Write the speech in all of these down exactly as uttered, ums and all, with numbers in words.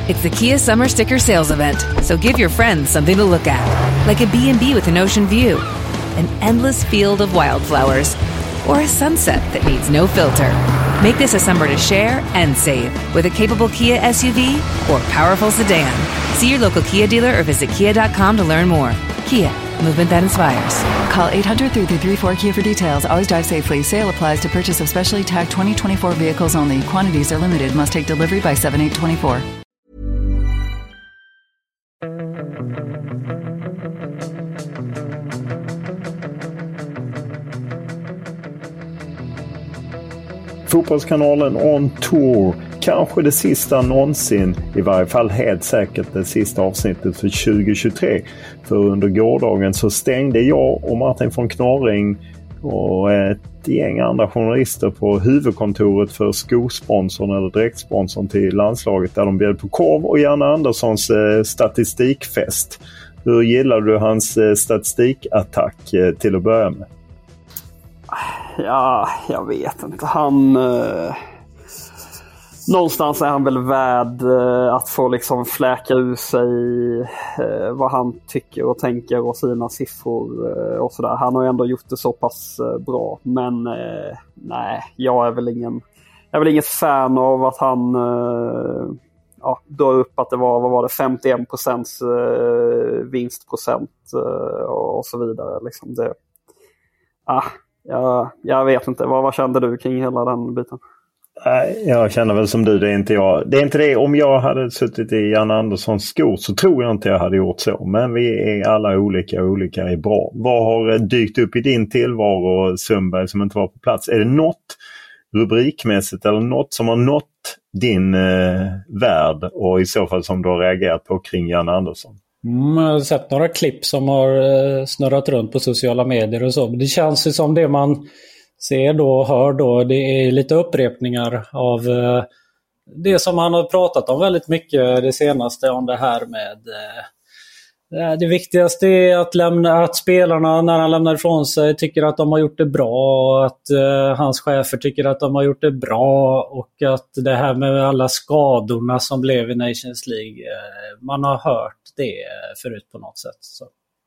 It's the Kia Summer Sticker Sales Event, so give your friends something to look at, like a B and B with an ocean view, an endless field of wildflowers, or a sunset that needs no filter. Make this a summer to share and save with a capable Kia S U V or powerful sedan. See your local Kia dealer or visit kia dot com to learn more. Kia, movement that inspires. Call eight hundred, three three three, four K I A for details. Always drive safely. Sale applies to purchase of specially tagged twenty twenty-four vehicles only. Quantities are limited. Must take delivery by seven eight twenty-four. Fotbollskanalen On Tour. Kanske det sista någonsin, i varje fall helt säkert det sista avsnittet för tjugo tjugotre. För under gårdagen så stängde jag och Martin von Knorring och ett gäng andra journalister på huvudkontoret för skosponsorn eller direktsponsorn till landslaget, där de bjöd på korv och Janne Anderssons eh, statistikfest. Hur gillar du hans eh, statistikattack eh, till att börja med? Ja, jag vet inte. Han... Eh... Någonstans är han väl värd eh, att få liksom fläka ur sig eh, vad han tycker och tänker och sina siffror eh, och sådär. Han har ju ändå gjort det så pass eh, bra. Men eh, nej, jag är väl ingen jag är väl inget fan av att han eh, ja, drar upp att det var, vad var det, femtioen procent eh, vinstprocent eh, och så vidare. Liksom det, ah, jag, jag vet inte. Vad, vad kände du kring hela den biten? Jag känner väl som du, det är inte jag. Det är inte det. Om jag hade suttit i Janne Anderssons skor så tror jag inte jag hade gjort så. Men vi är alla olika och olika är bra. Vad har dykt upp i din tillvaro, Sundberg, som inte var på plats? Är det något rubrikmässigt eller något som har nått din eh, värld och i så fall som du har reagerat på kring Janne Andersson? Mm, jag har sett några klipp som har eh, snurrat runt på sociala medier och så. Men det känns ju som det man ser då och hör då, det är lite upprepningar av eh, det som han har pratat om väldigt mycket det senaste, om det här med eh, det viktigaste är att, lämna, att spelarna när han lämnar ifrån sig tycker att de har gjort det bra, och att eh, hans chefer tycker att de har gjort det bra, och att det här med alla skadorna som blev i Nations League, eh, man har hört det förut på något sätt. Så.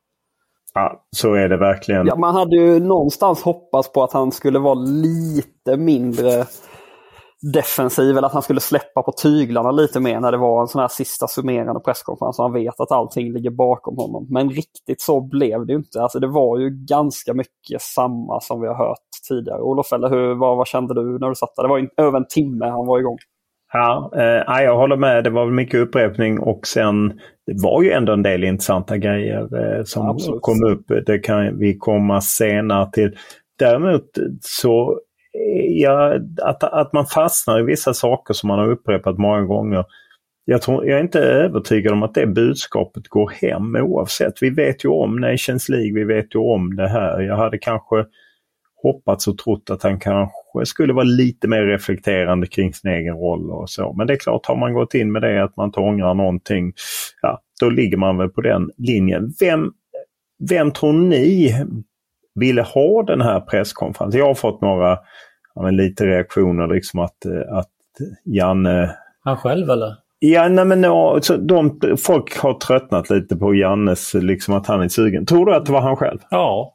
Ja, så är det verkligen. Ja, man hade ju någonstans hoppats på att han skulle vara lite mindre defensiv, eller att han skulle släppa på tyglarna lite mer när det var en sån här sista summerande presskonferens, så han vet att allting ligger bakom honom. Men riktigt så blev det ju inte. Alltså det var ju ganska mycket samma som vi har hört tidigare. Olof, eller hur, vad, vad kände du när du satt där? Det var ju över en timme han var igång. Ja, eh, jag håller med. Det var mycket upprepning och sen det var ju ändå en del intressanta grejer eh, som Absolut. kom upp. Det kan vi komma senare till. Däremot så ja, att, att man fastnar i vissa saker som man har upprepat många gånger. Jag, tror, jag är inte övertygad om att det budskapet går hem oavsett. Vi vet ju om Nations League, vi vet ju om det här. Jag hade kanske hoppats och trott att han kanske skulle vara lite mer reflekterande kring sin egen roll och så. Men det är klart, har man gått in med det att man inte ångrar någonting, ja, då ligger man väl på den linjen. Vem, vem tror ni ville ha den här presskonferensen? Jag har fått några ja, men lite reaktioner liksom att, att Janne... Han själv eller? Ja, nej men no, så de, folk har tröttnat lite på Jannes, liksom att han är sugen. Tror du att det var han själv? Ja.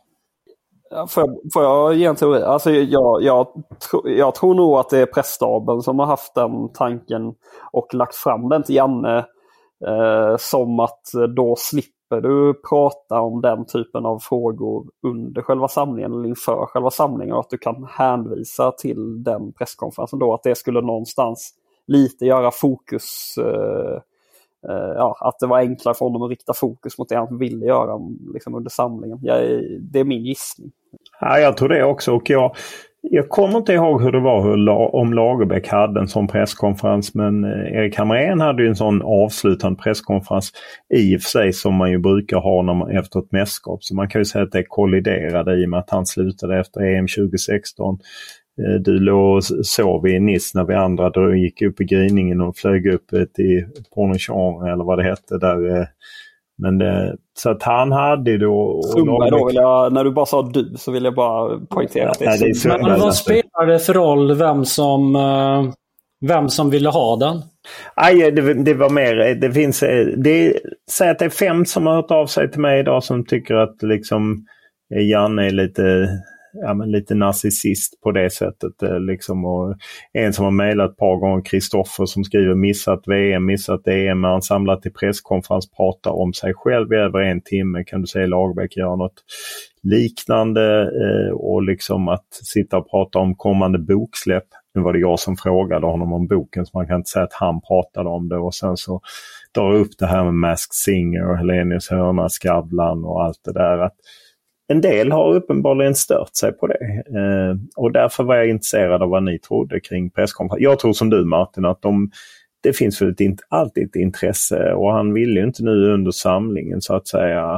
Får jag, får jag ge en teori? Alltså jag, jag, jag tror nog att det är pressstaben som har haft den tanken och lagt fram den till Janne eh, som att då slipper du prata om den typen av frågor under själva samlingen eller inför själva samlingen, och att du kan hänvisa till den presskonferensen då, att det skulle någonstans lite göra fokus eh, Uh, ja, att det var enklare för honom att rikta fokus mot det han ville göra liksom under samlingen. Jag, det är min gissning. Ja, jag tror det också. Och jag, jag kommer inte ihåg hur det var hur, om Lagerbäck hade en sån presskonferens, men eh, Erik Hamrén hade ju en sån avslutande presskonferens i och för sig som man ju brukar ha när man, efter ett mästerskap. Så man kan ju säga att det kolliderade i och med att han slutade efter E M tjugo sexton. Du låg och sov i Nice när vi andra då gick upp i gryningen och flög upp till Pornichamp eller vad det hette där. Men det, så att han hade då... Sundberg då, vill jag, när du bara sa du så vill jag bara poängtera att det är, Nej, det är Men vad spelar det för roll vem som, vem som ville ha den? Aj, det, det var mer, det finns, det säger att det är fem som har hört av sig till mig idag som tycker att liksom Janne är lite, ja, men lite narcissist på det sättet. Liksom, och en som har mejlat ett par gånger, Kristoffer, som skriver missat V M, missat E M, han samlat till presskonferens, pratar om sig själv i över en timme. Kan du säga Lagerbäck gör något liknande eh, och liksom att sitta och prata om kommande boksläpp. Nu var det jag som frågade honom om boken, så man kan inte säga att han pratade om det, och sen så drar upp det här med Masked Singer och Helenius hörna, Skavlan och allt det där. Att en del har uppenbarligen stört sig på det. Eh, och därför var jag intresserad av vad ni trodde kring presskonferensen. Jag tror som du, Martin, att de, det finns väl ett, alltid ett intresse, och han vill ju inte nu under samlingen så att säga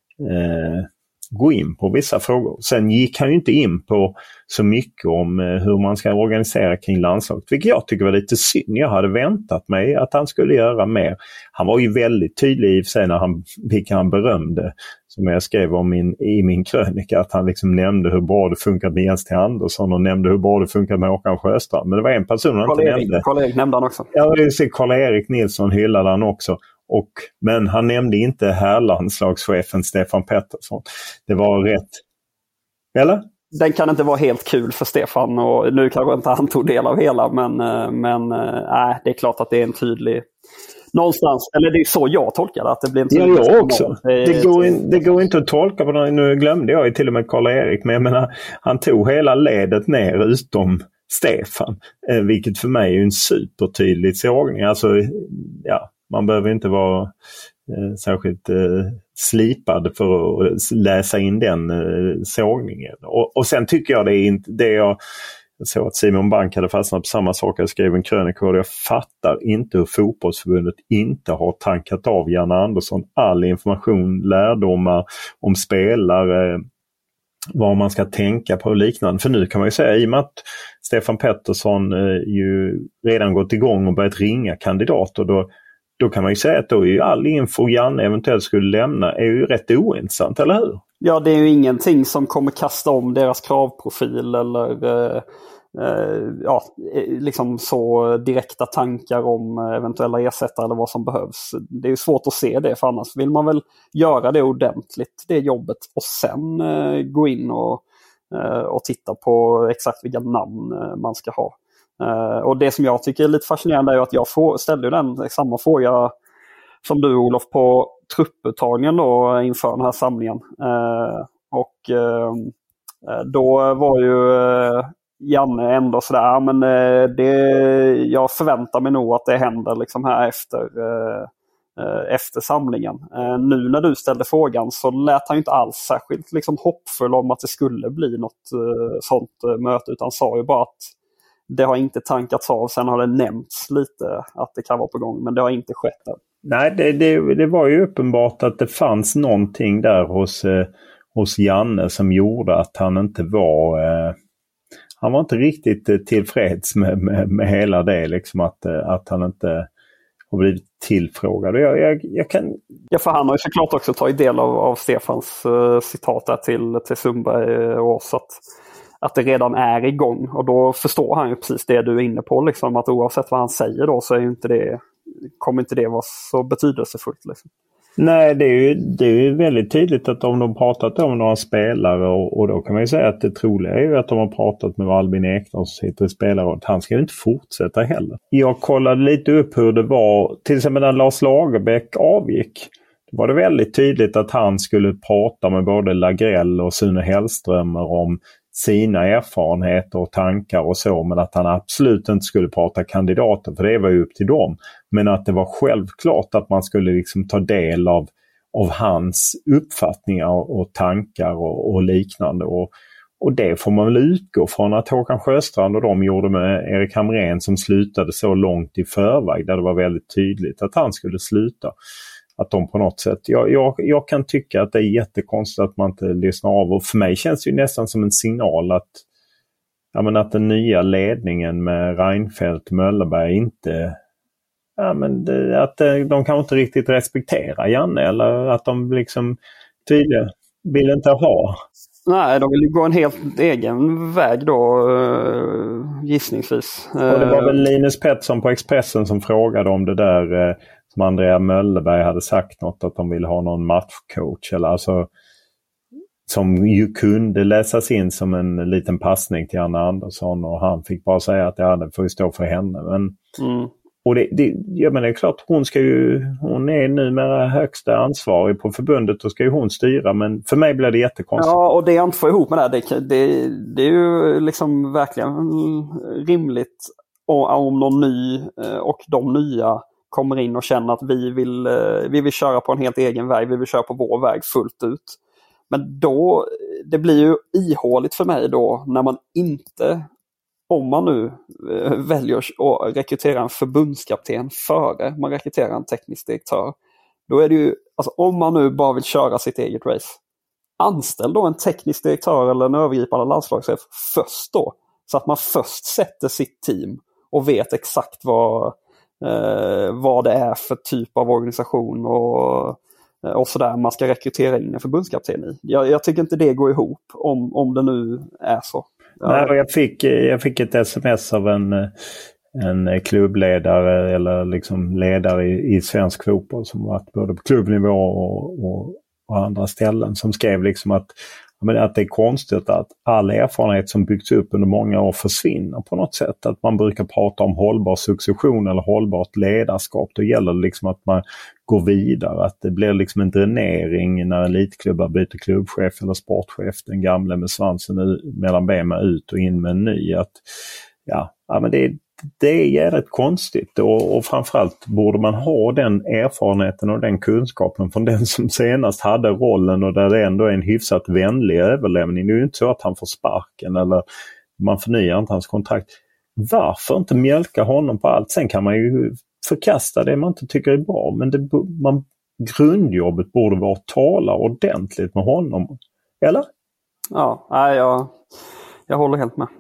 eh, gå in på vissa frågor. Sen gick han ju inte in på så mycket om eh, hur man ska organisera kring landslaget, vilket jag tycker var lite synd. Jag hade väntat mig att han skulle göra mer. Han var ju väldigt tydlig i sig när han, vilka han berömde, som jag skrev om min, i min krönika, att han liksom nämnde hur bra det funkar med Jens T. Andersson och nämnde hur bra det funkar med Håkan Sjöstrand. Men det var en person han inte nämnde. Karl-Erik nämnde han också. Ja, det ser Karl-Erik Nilsson hyllade han också. Och, men han nämnde inte herrlandslagschefen Stefan Pettersson. Det var rätt. Eller? Den kan inte vara helt kul för Stefan, och nu kanske inte han tog del av hela, men, men nej, det är klart att det är en tydlig någonstans, eller det är så jag tolkar det, att det blir en tydlig. Ja, jag också. Det, det, går in, det går inte att tolka på något. Nu glömde jag ju till och med Karl-Erik, men jag menar, han tog hela ledet ner utom Stefan, eh, vilket för mig är en supertydlig sågning. Alltså, ja, man behöver inte vara eh, särskilt eh, slipad för att läsa in den eh, sågningen. Och, och sen tycker jag det är inte det jag så att Simon Bank hade fastnat på samma sak. Jag skrev en krönika och jag fattar inte hur fotbollsförbundet inte har tankat av Janne Andersson all information, lärdomar om spelare, vad man ska tänka på och liknande. För nu kan man ju säga, i och med att Stefan Pettersson eh, ju redan gått igång och börjat ringa kandidater, då, då kan man ju säga att då är ju all info Janne eventuellt skulle lämna är ju rätt ointressant, eller hur? Ja, det är ju ingenting som kommer kasta om deras kravprofil eller eh, eh, ja, liksom så direkta tankar om eventuella ersättare eller vad som behövs. Det är ju svårt att se det, för annars vill man väl göra det ordentligt, det jobbet, och sen eh, gå in och, eh, och titta på exakt vilka namn eh, man ska ha. Eh, och det som jag tycker är lite fascinerande är att jag får, ställde den samma fråga som du, Olof, på trupputtagningen då inför den här samlingen. Eh, och eh, då var ju eh, Janne ändå sådär, men eh, det, jag förväntar mig nog att det händer liksom här efter, eh, efter samlingen. Eh, nu när du ställde frågan så lät han ju inte alls särskilt liksom hoppfull om att det skulle bli något eh, sånt eh, möte, utan sa ju bara att det har inte tankats av. Sen har det nämnts lite att det kan vara på gång, men det har inte skett än. Nej, det, det, det var ju uppenbart att det fanns någonting där hos, eh, hos Janne som gjorde att han inte var eh, han var inte riktigt eh, tillfreds med, med, med hela det, liksom att, eh, att han inte har blivit tillfrågad. Jag, jag, jag kan... Ja, för han har ju såklart också tagit del av, av Stefans eh, citat där till, till Sundberg och oss, att att det redan är igång, och då förstår han ju precis det du är inne på, liksom, att oavsett vad han säger då så är ju inte det, kommer inte det vara så betydelsefullt. Liksom. Nej, det är ju, det är ju väldigt tydligt att om de pratat om några spelare, och, och då kan man ju säga att det troliga är ju att de har pratat med Albin Ekdal som sitter i spelarrådet. Han ska ju inte fortsätta heller. Jag kollade lite upp hur det var, till exempel när Lars Lagerbäck avgick. Då var det väldigt tydligt att han skulle prata med både Lagrell och Sune Hellströmer om sina erfarenheter och tankar och så, men att han absolut inte skulle prata kandidater, för det var ju upp till dem. Men att det var självklart att man skulle liksom ta del av, av hans uppfattningar och, och tankar och, och liknande. Och, och det får man väl utgå från att Håkan Sjöstrand och de gjorde med Erik Hamrén, som slutade så långt i förväg, där det var väldigt tydligt att han skulle sluta. Att de på något sätt, jag, jag, jag kan tycka att det är jättekonstigt att man inte lyssnar av, och för mig känns det ju nästan som en signal att, ja, men att den nya ledningen med Reinfeldt, Möllerberg inte, ja, men det, att de kan inte riktigt respektera Janne, eller att de liksom tydligen vill inte ha. Nej, de vill gå en helt egen väg då, gissningsvis. Och det var väl Linus Pettersson på Expressen som frågade om det där som Andrea Möllerberg hade sagt något, att de ville ha någon matchcoach eller alltså som ju kunde läsas in som en liten passning till Anna Andersson, och han fick bara säga att ja, det får ju stå för henne. Men, mm. Och det, det, ja, men det är klart, hon ska ju, hon är numera högsta ansvarig på förbundet och ska ju hon styra, men för mig blir det jättekonstigt. Ja, och det jag inte får ihop med det, det, det, det är ju liksom verkligen rimligt om någon ny och de nya kommer in och känner att vi vill, vi vill köra på en helt egen väg, vi vill köra på vår väg fullt ut. Men då, det blir ju ihåligt för mig då när man inte, om man nu eh, väljer att rekrytera en förbundskapten före man rekryterar en teknisk direktör. Då är det ju, alltså om man nu bara vill köra sitt eget race, anställ då en teknisk direktör eller en övergripande landslagschef först då. Så att man först sätter sitt team och vet exakt vad, eh, vad det är för typ av organisation och och sådär man ska rekrytera in en förbundskapten i. Jag, jag tycker inte det går ihop om, om det nu är så. Nej, jag, fick, jag fick ett sms av en, en klubbledare eller liksom ledare i, i svensk fotboll som varit både på klubbnivå och, och, och andra ställen, som skrev liksom att, att det är konstigt att all erfarenhet som byggts upp under många år försvinner på något sätt. Att man brukar prata om hållbar succession eller hållbart ledarskap. Då gäller det liksom att man går vidare. Att det blir liksom en dränering när elitklubbar byter klubbchef eller sportchef. Den gamla med svansen mellan benen ut och in med en ny. Att, ja, ja, men det, det är jävligt konstigt. Och, och framförallt borde man ha den erfarenheten och den kunskapen från den som senast hade rollen, och där det ändå är en hyfsat vänlig överlämning. Det är ju inte så att han får sparken eller man förnyar inte hans kontrakt. Varför inte mjölka honom på allt? Sen kan man ju förkasta det man inte tycker är bra, men det, man, grundjobbet borde vara att tala ordentligt med honom. Eller? Ja, nej, jag, jag håller helt med.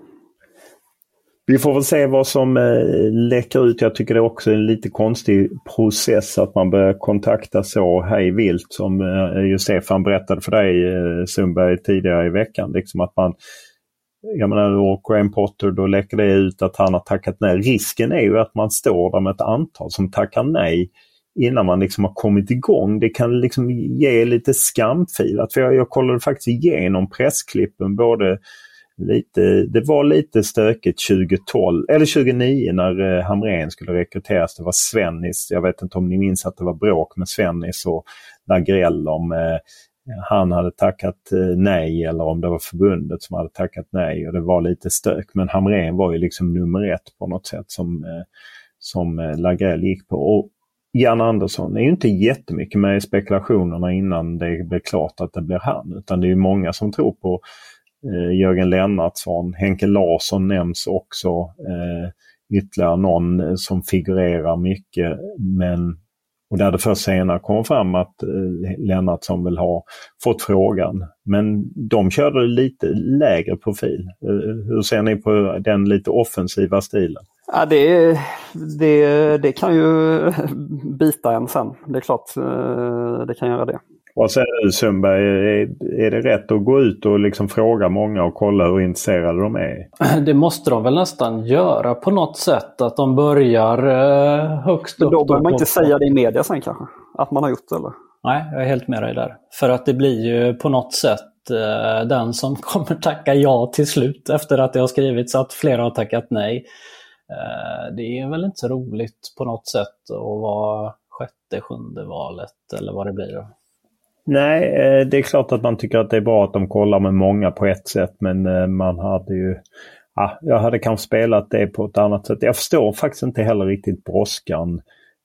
Vi får väl se vad som eh, läcker ut. Jag tycker det är också en lite konstig process att man börjar kontakta så hej vilt som eh, ju Stefan berättade för dig, eh, Sundberg, tidigare i veckan. Liksom att man, jag menar, och Graham Potter, då läcker det ut att han har tackat nej. Risken är ju att man står där med ett antal som tackar nej innan man liksom har kommit igång. Det kan liksom ge lite skamfilat. För jag, jag kollade faktiskt igenom pressklippen både lite, det var lite stökigt tjugohundratolv eller tjugonio när eh, Hamrén skulle rekryteras. Det var Svennis, jag vet inte om ni minns att det var bråk med Svennis och Lagrell om eh, han hade tackat eh, nej eller om det var förbundet som hade tackat nej, och det var lite stök. Men Hamrén var ju liksom nummer ett på något sätt som, eh, som eh, Lagrell gick på. Och Jan Andersson är ju inte jättemycket med i spekulationerna innan det blev klart att det blir han, utan det är ju många som tror på Eh, Jörgen Lennartsson, Henke Larsson nämns också, eh, ytterligare någon som figurerar mycket, men och där det först senare kom fram att eh, Lennartsson vill ha fått frågan, men de körde lite lägre profil. Eh, hur ser ni på den lite offensiva stilen? Ja, det, det, det kan ju bita en sen, det är klart eh, det kan göra det. Vad säger du, Sundberg? Är, är det rätt att gå ut och liksom fråga många och kolla hur intresserade de är? Det måste de väl nästan göra på något sätt. Att de börjar eh, högst upp. Men då behöver man inte säga det i media sen kanske? Att man har gjort det, eller? Nej, jag är helt med dig där. För att det blir ju på något sätt eh, den som kommer tacka ja till slut efter att det har skrivits att flera har tackat nej. Eh, det är väl inte så roligt på något sätt att vara sjätte, sjunde valet eller vad det blir då. Nej, det är klart att man tycker att det är bra att de kollar med många på ett sätt, men man hade ju, ja, jag hade kanske spelat det på ett annat sätt. Jag förstår faktiskt inte heller riktigt brådskan.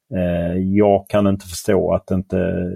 Jag kan inte förstå att inte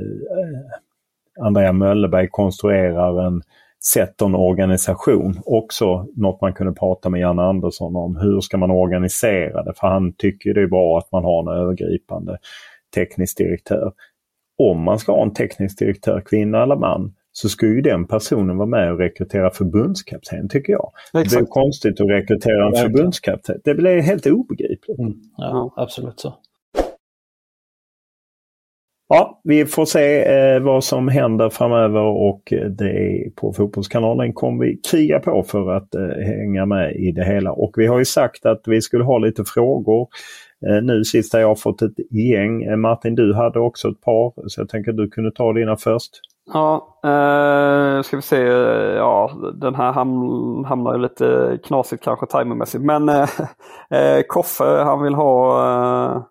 Andrea Möllerberg konstruerar en sätt och en organisation. Också något man kunde prata med Jan Andersson om. Hur ska man organisera det? För han tycker det är bra att man har en övergripande teknisk direktör. Om man ska ha en teknisk direktör, kvinna eller man, så ska ju den personen vara med och rekrytera förbundskapten, tycker jag. Exakt. Det är konstigt att rekrytera en förbundskapten. Det blir helt obegripligt. Mm. Ja, absolut så. Ja, vi får se eh, vad som händer framöver och det är på Fotbollskanalen kommer vi kriga på för att eh, hänga med i det hela. Och vi har ju sagt att vi skulle ha lite frågor. Eh, nu sist har jag fått ett gäng. Eh, Martin, du hade också ett par, så jag tänker att du kunde ta dina först. Ja, eh, ska vi se. Ja, den här ham- hamnar ju lite knasigt kanske timermässigt. Men eh, Koffe, han vill ha... Eh,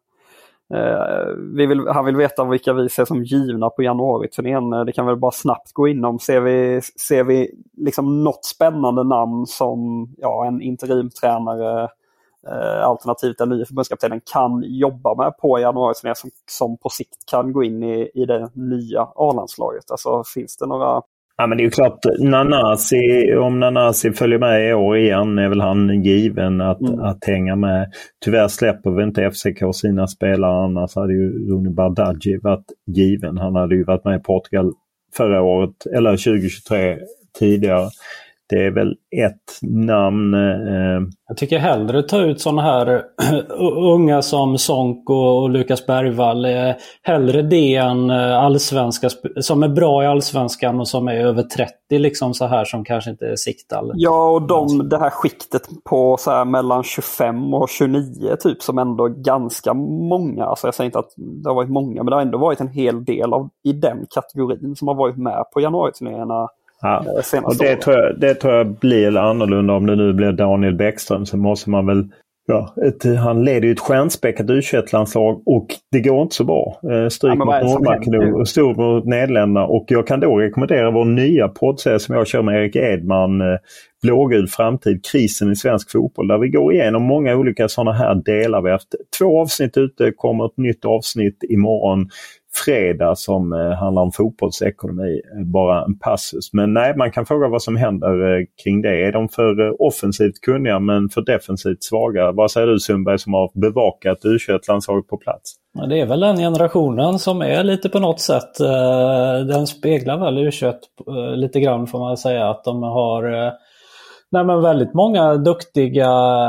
Uh, vi vill, han vill veta vilka vi ser som givna på januari-turnén. Uh, det kan väl bara snabbt gå inom. Ser vi, ser vi liksom något spännande namn som ja, en interimtränare uh, alternativt den nya förbundskaptenen kan jobba med på januari-turnén som, som på sikt kan gå in i, i det nya A-landslaget? Alltså finns det några... Ja, men det är ju klart, Nanasi, om Nanasi följer med i år igen är väl han given att, mm. att hänga med. Tyvärr släpper vi inte F C K sina spelare, annars hade ju Rooney Bardghji varit given. Han hade ju varit med i Portugal förra året, eller tjugo tjugotre tidigare. Det är väl ett namn. Eh... Jag tycker hellre ta ut sådana här unga som Sonko och Lukas Bergvall. Eh, hellre det än allsvenska som är bra i allsvenskan och som är över trettio liksom så här som kanske inte är siktal. Ja, och de, det här skiktet på så här mellan tjugofem och tjugonio typ som ändå är ganska många. Alltså jag säger inte att det har varit många, men det har ändå varit en hel del av, i den kategorin som har varit med på januari-turnéerna. Ja, och det tror, jag, det tror jag blir annorlunda om det nu blir Daniel Bäckström, så måste man väl ja, ett, han leder ju ett stjärnspäckat U tjugoett-landslag och det går inte så bra. Eh, stryk ja, mot Nordmakedonien och stor mot Nederländerna, och jag kan då rekommendera vår nya poddserie som jag kör med Erik Edman, eh, Blågul framtid, krisen i svensk fotboll, där vi går igenom många olika sådana här delar. Vi har haft två avsnitt ute, kommer ett nytt avsnitt imorgon fredag som eh, handlar om fotbollsekonomi, bara en passus. Men nej, man kan fråga vad som händer eh, kring det. Är de för eh, offensivt kunniga men för defensivt svaga? Vad säger du, Sundberg, som har bevakat U tjugoett-landslaget på plats? Ja, det är väl den generationen som är lite på något sätt, eh, den speglar väl U tjugoett eh, lite grann, får man säga, att de har eh, nej, men väldigt många duktiga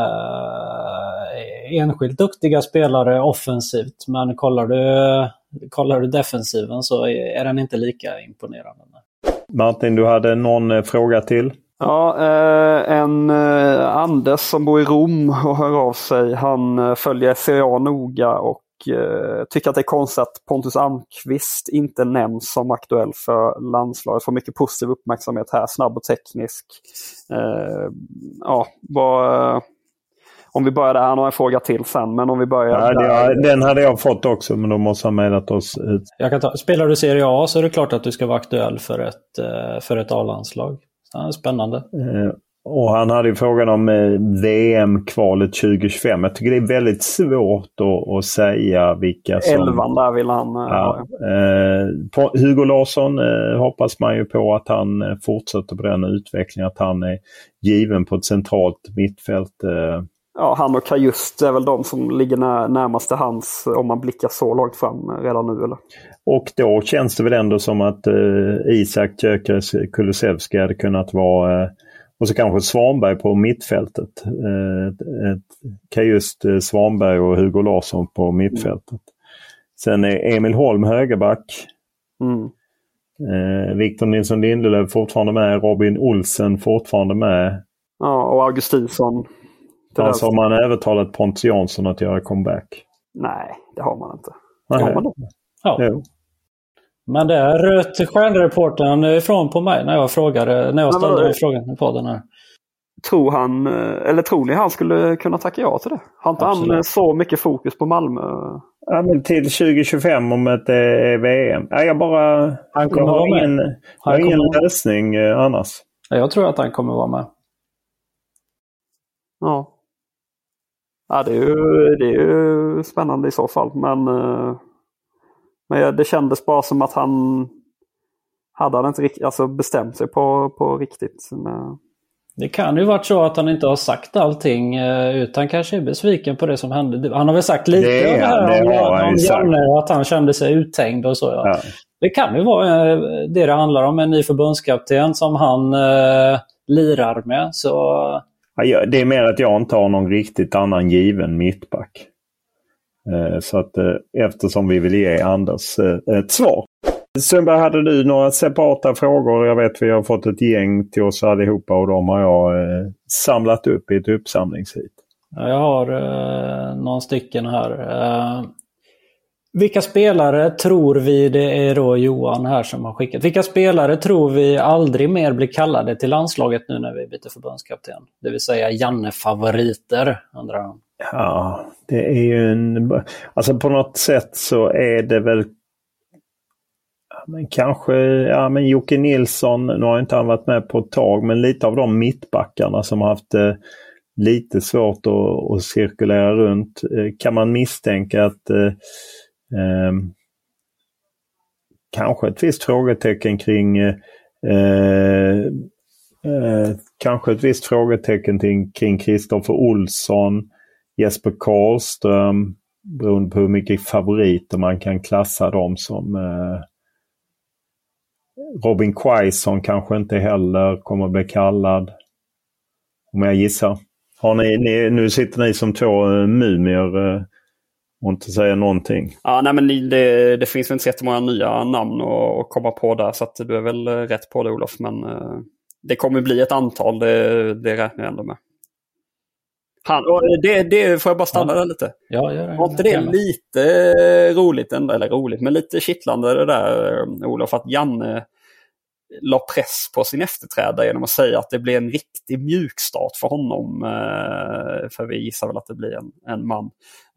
eh, enskilt duktiga spelare offensivt, men kollar du Kollar du defensiven så är den inte lika imponerande. Martin, du hade någon fråga till? Ja, eh, en eh, Anders som bor i Rom och hör av sig. Han eh, följer Serie A noga och eh, tycker att det är konstigt att Pontus Almqvist inte nämns som aktuell för landslaget. Får mycket positiv uppmärksamhet här, snabb och teknisk. Eh, ja, vad... Om vi börjar där, han har en fråga till sen, men om vi börjar ja, där... det, den hade jag fått också, men då måste han mejlat oss ut. Jag kan ta, spelar du Serie A så är det klart att du ska vara aktuell för ett, för ett A-landslag. Ja, spännande. Eh, och han hade ju frågan om eh, V M-kvalet tjugo tjugofem. Jag tycker det är väldigt svårt att, att säga vilka som... Elvan där vill han... Ja, eh, på, Hugo Larsson eh, hoppas man ju på att han eh, fortsätter på den utvecklingen, att han är given på ett centralt mittfält. Eh, Ja, han och Kajust är väl de som ligger när, närmast till hans, om man blickar så långt fram redan nu, eller? Och då känns det väl ändå som att eh, Isak Gyökeres Kulusevski hade kunnat vara, eh, och så kanske Svanberg på mittfältet. Eh, Kajust, eh, Svanberg och Hugo Larsson på mittfältet. Mm. Sen är Emil Holm högerback. Mm. Eh, Victor Nilsson Lindelöf fortfarande med, Robin Olsen fortfarande med. Ja, och Augustinsson. Alltså har man övertalat Pontus Jansson att göra comeback? Nej, det har man inte. Nej. Har man det? Ja. Jo. Men det är rött stjärnreportern ifrån på mig när jag frågade, när jag ställde den frågan på den här. Tror han, eller tror ni han skulle kunna tacka ja till det? Har inte Absolut. han så mycket fokus på Malmö? Ja, men till tjugo tjugofem om ett eh, V M. Ja, jag bara... Han kommer jag har vara ingen, med. Jag har ingen lösning eh, annars. Jag tror att han kommer vara med. Ja. Ja, det är ju, det är ju spännande i så fall. Men, men det kändes bara som att han hade han inte rikt, alltså bestämt sig på, på riktigt. Men... Det kan ju varit så att han inte har sagt allting, utan kanske är besviken på det som hände. Han har väl sagt lite det, om det här det om, om Janne och att han kände sig uthängd och så. Ja. Ja. Det kan ju vara det det handlar om, en ny förbundskapten som han eh, lirar med. Så... Ja, det är mer att jag inte har någon riktigt annan given mittback. Eh, så att eh, eftersom vi vill ge Anders eh, ett svar. Sundberg, hade du några separata frågor? Jag vet vi har fått ett gäng till oss allihopa och de har jag eh, samlat upp i ett uppsamlingshit. Jag har eh, några stycken här. Eh, vilka spelare tror vi, det är då Johan här som har skickat. Vilka spelare tror vi aldrig mer blir kallade till landslaget nu när vi byter förbundskapten? Det vill säga Janne-favoriter, undrar han. Ja, det är ju en... Alltså på något sätt så är det väl... Ja, men kanske... Ja, men Jocke Nilsson, nu har inte han varit med på ett tag, men lite av de mittbackarna som har haft eh, lite svårt att, att cirkulera runt. Eh, kan man misstänka att... Eh, eh, kanske ett visst frågetecken kring... Eh, eh, kanske ett visst frågetecken kring Kristoffer Olsson, Jesper Karlström, beroende på hur mycket favoriter man kan klassa dem som. Eh, Robin Quaison kanske inte heller kommer att bli kallad, om jag gissar. Har ni, ni, nu sitter ni som två uh, mumier uh, och inte säger någonting. Ja, nej, men det, det finns väl inte så jättemånga nya namn att, att komma på där, så att du är väl rätt på det, Olof. Men uh, det kommer bli ett antal, det, det räknar jag ändå med. Han, och det, det får jag bara stanna ja. där lite. Ja, ja, ja, var inte det är lite roligt ändå, eller roligt, men lite kittlande det där, Olof, att Janne la press på sin efterträdare genom att säga att det blir en riktig mjukstart för honom, för vi gissar väl att det blir en, en man.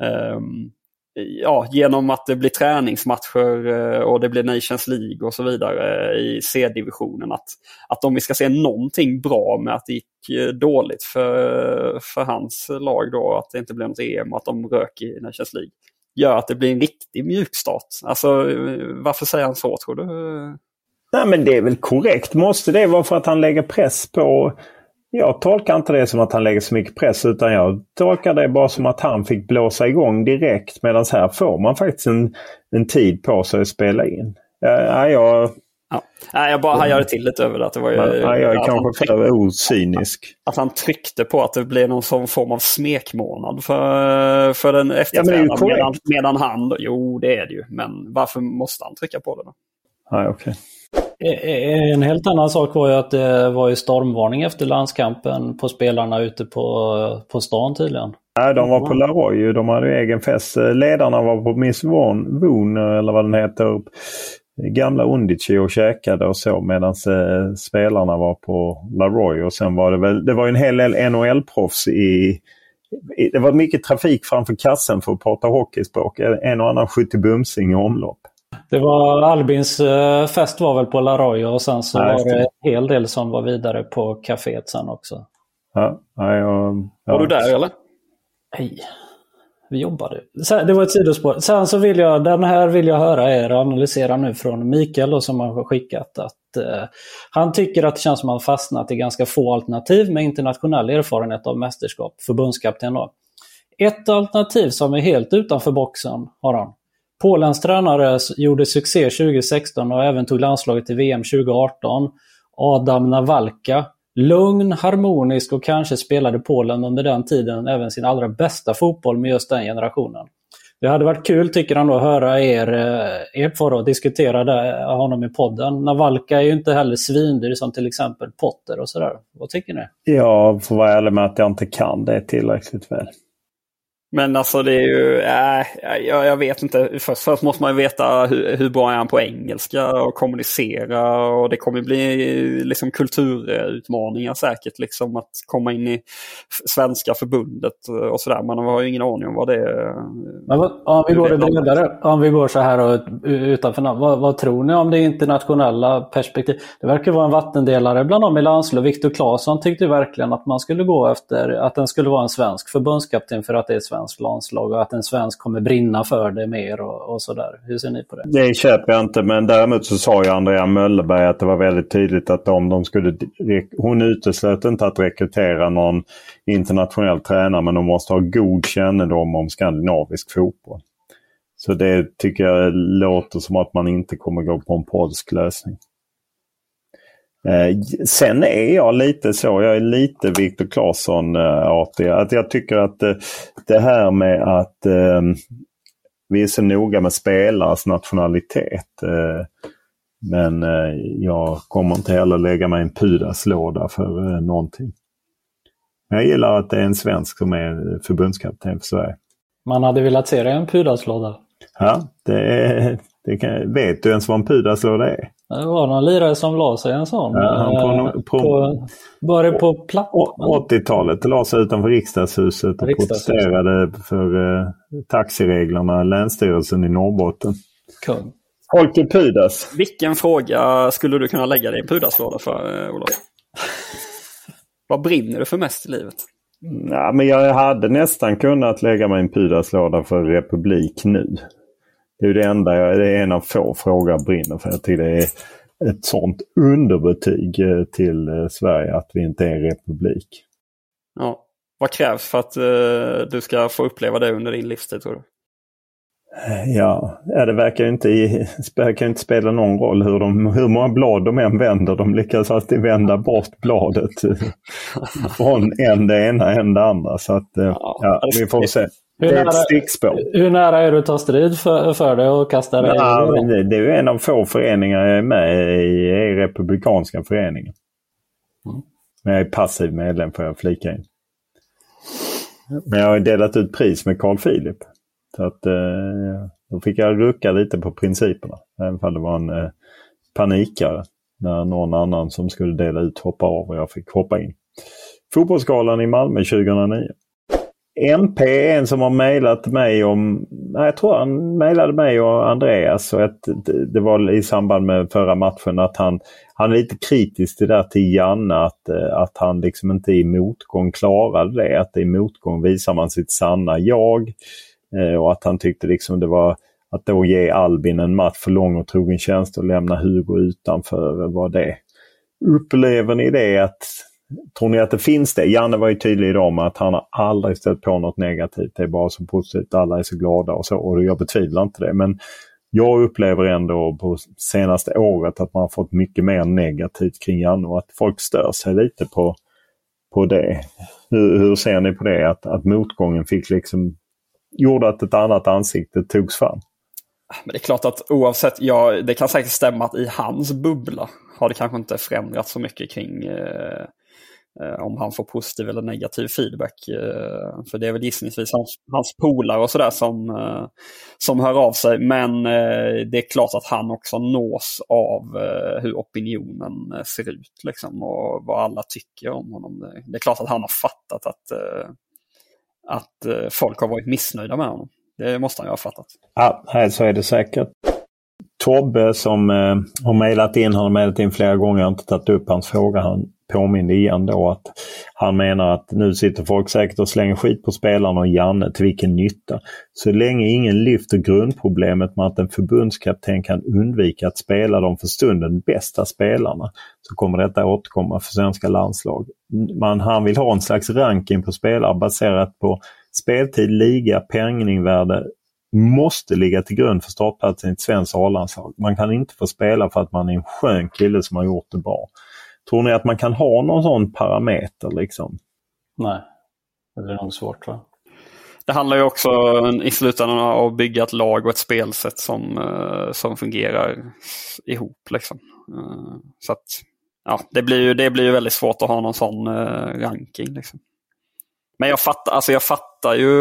Ja, genom att det blir träningsmatcher och det blir Nations League och så vidare i C-divisionen, att, att om vi ska se någonting bra med att det gick dåligt för, för hans lag då, att det inte blev något E M och att de rök i Nations League, gör att det blir en riktig mjukstart. Alltså, varför säger han så, tror du? Nej, men det är väl korrekt. Måste det vara för att han lägger press på... Jag tolkar inte det som att han lägger så mycket press, utan jag tolkar det bara som att han fick blåsa igång direkt, medan här får man faktiskt en, en tid på sig att spela in. Ja, jag... Ja. Nej, jag bara hajade till lite över det. Att det var ju, ja, jag är kanske för ocynisk. Att han tryckte på att det blev någon sån form av smekmånad för, för den efterträdaren. Ja, medan, medan han, jo det är det ju, men varför måste han trycka på det då? Ja, okej. Okay. En helt annan sak var ju att det var ju stormvarning efter landskampen på spelarna ute på, på stan tydligen. Nej, de var på Laroy, de hade ju egen fest. Ledarna var på Miss Woon, eller vad den heter, gamla Undici och käkade och så, medan spelarna var på Laroy. Och sen var det väl, det var ju en hel del N H L-proffs i, i, det var mycket trafik framför kassen för att prata hockeyspråk. En och annan sjuttio-bumsing i omlopp. Det var Albins uh, fest var väl på Laroy, och sen så nej, var det en hel del som var vidare på kaféet sen också. Ja, ja, ja. Var du där eller? Nej, vi jobbade. Det var ett sidospår. Sen så vill jag, den här vill jag höra er analysera nu från Mikael då, som har skickat att uh, han tycker att det känns som att han fastnat i ganska få alternativ med internationell erfarenhet av mästerskap, förbundskapten då. Ett alternativ som är helt utanför boxen har han. Polens tränare gjorde succé tjugo sexton och även tog landslaget till V M tjugo arton. Adam Nawalka. Lugn, harmonisk och kanske spelade Polen under den tiden även sin allra bästa fotboll med just den generationen. Det hade varit kul, tycker han då, att höra er, er för att diskutera honom i podden. Nawalka är ju inte heller svindyr som till exempel Potter och sådär. Vad tycker ni? Jag får vara ärlig med att jag inte kan det tillräckligt väl. Men alltså det är ju, äh, jag, jag vet inte, först, först måste man ju veta hur, hur bra är han på engelska och kommunicera, och det kommer bli liksom kulturutmaningar säkert, liksom att komma in i svenska förbundet och sådär, man har ju ingen aning om vad det är. Men vad, om vi går det bredare, om vi går så här och utanför, vad, vad tror ni om det internationella perspektiv? Det verkar vara en vattendelare bland dem i landslag. Viktor Claesson tyckte verkligen att man skulle gå efter, att den skulle vara en svensk förbundskapten för att det är svensk landslag och att en svensk kommer brinna för det mer och, och sådär. Hur ser ni på det? Det köper jag inte, men däremot så sa ju Andrea Möllerberg att det var väldigt tydligt att om de skulle, hon uteslöt inte att rekrytera någon internationell tränare, men de måste ha god kännedom om skandinavisk fotboll. Så det tycker jag låter som att man inte kommer gå på en polsk lösning. Eh, sen är jag lite så, jag är lite Viktor Claesson-artig, att jag tycker att eh, det här med att eh, vi är så noga med spelares nationalitet. Men jag kommer inte heller lägga mig en pudaslåda för någonting. Jag gillar att det är en svensk som är förbundskapten för Sverige. Man hade velat se det en pudaslåda. Ja, det, är, det kan, vet du ens vad en pudaslåda är? Det var någon lirare som la sig en sån. Ja, han på, på, på, bara på platt. åttiotalet det la sig utanför riksdagshuset och riksdagshuset. protesterade för uh, taxireglerna, Länsstyrelsen i Norrbotten. Kung. Folke Pudas. Vilken fråga skulle du kunna lägga dig i en pudaslåda för, Olof? Vad brinner du för mest i livet? Ja, men jag hade nästan kunnat lägga mig en pudaslåda för Republik nu. Det är ju det enda, jag, det är en av få frågor jag brinner för. Jag tycker det är ett sånt underbetyg till Sverige att vi inte är en republik. Ja, vad krävs för att uh, du ska få uppleva det under din livstid, tror du? Ja, det verkar inte, verkar inte spela någon roll hur, de, hur många blad de än vänder. De lyckas alltid vända bort bladet från en det ena en det andra. Så att, ja, ja, vi får se. Hur det är nära, ett stickspår. Hur nära är du att ta strid för, för det och kasta det? Ja, det, det är ju en av få föreningar jag är med i, i republikanska föreningen. Mm. Men jag är passiv medlem, för jag flika in. Men jag har delat ut pris med Carl Philip. Så att eh, då fick jag rucka lite på principerna. Även om det var en eh, panikare när någon annan som skulle dela ut hoppade av och jag fick hoppa in. Fotbollsgalan i Malmö tjugohundranio. M P är en som har mejlat mig om, nej, jag tror han mejlade mig och Andreas, och att det var i samband med förra matchen att han, han är lite kritisk till det där till Janne, att, att han liksom inte i motgång klarade det, att i motgång visar man sitt sanna jag, och att han tyckte liksom det var att då ge Albin en match för lång och trogen tjänst och lämna Hugo utanför, var det. Upplever ni det? Att tror ni att det finns det? Janne var ju tydlig idag med att han har aldrig stött på något negativt. Det är bara så positivt, alla är så glada och så. Och jag betvivlar inte det. Men jag upplever ändå på senaste året att man har fått mycket mer negativt kring Janne och att folk stör sig lite på, på det. Hur, hur ser ni på det? Att, att motgången fick liksom gjorde att ett annat ansikte togs fram. Men det är klart att oavsett, ja, det kan säkert stämma att i hans bubbla har det kanske inte förändrats så mycket kring eh, om han får positiv eller negativ feedback. Eh, för det är väl gissningsvis hans, hans polare och sådär som, eh, som hör av sig. Men eh, det är klart att han också nås av eh, hur opinionen ser ut liksom, och vad alla tycker om honom. Det, det är klart att han har fattat att, eh, att eh, folk har varit missnöjda med honom. Det måste han ju ha fattat. Ja, här så är det säkert. Tobbe som eh, har mejlat in, han har mejlat in flera gånger, jag har inte tagit upp hans fråga. Han påminner igen då att han menar att nu sitter folk säkert och slänger skit på spelarna och Janne, till vilken nytta. Så länge ingen lyfter grundproblemet med att en förbundskapten kan undvika att spela de för stunden bästa spelarna, så kommer detta återkomma för svenska landslag. Man, han vill ha en slags ranking på spelare baserat på speltid, liga, penningvärde, måste ligga till grund för startplatsen i ett svenskt A-landslag. Man kan inte få spela för att man är en skön kille som har gjort det bra. Tror ni att man kan ha någon sån parameter liksom? Nej, det är nog svårt, va? Det handlar ju också i slutändan om att bygga ett lag och ett spelsätt som, som fungerar ihop liksom. Så att ja, det blir ju, det blir ju väldigt svårt att ha någon sån ranking liksom. Men jag fattar, alltså jag fattar ju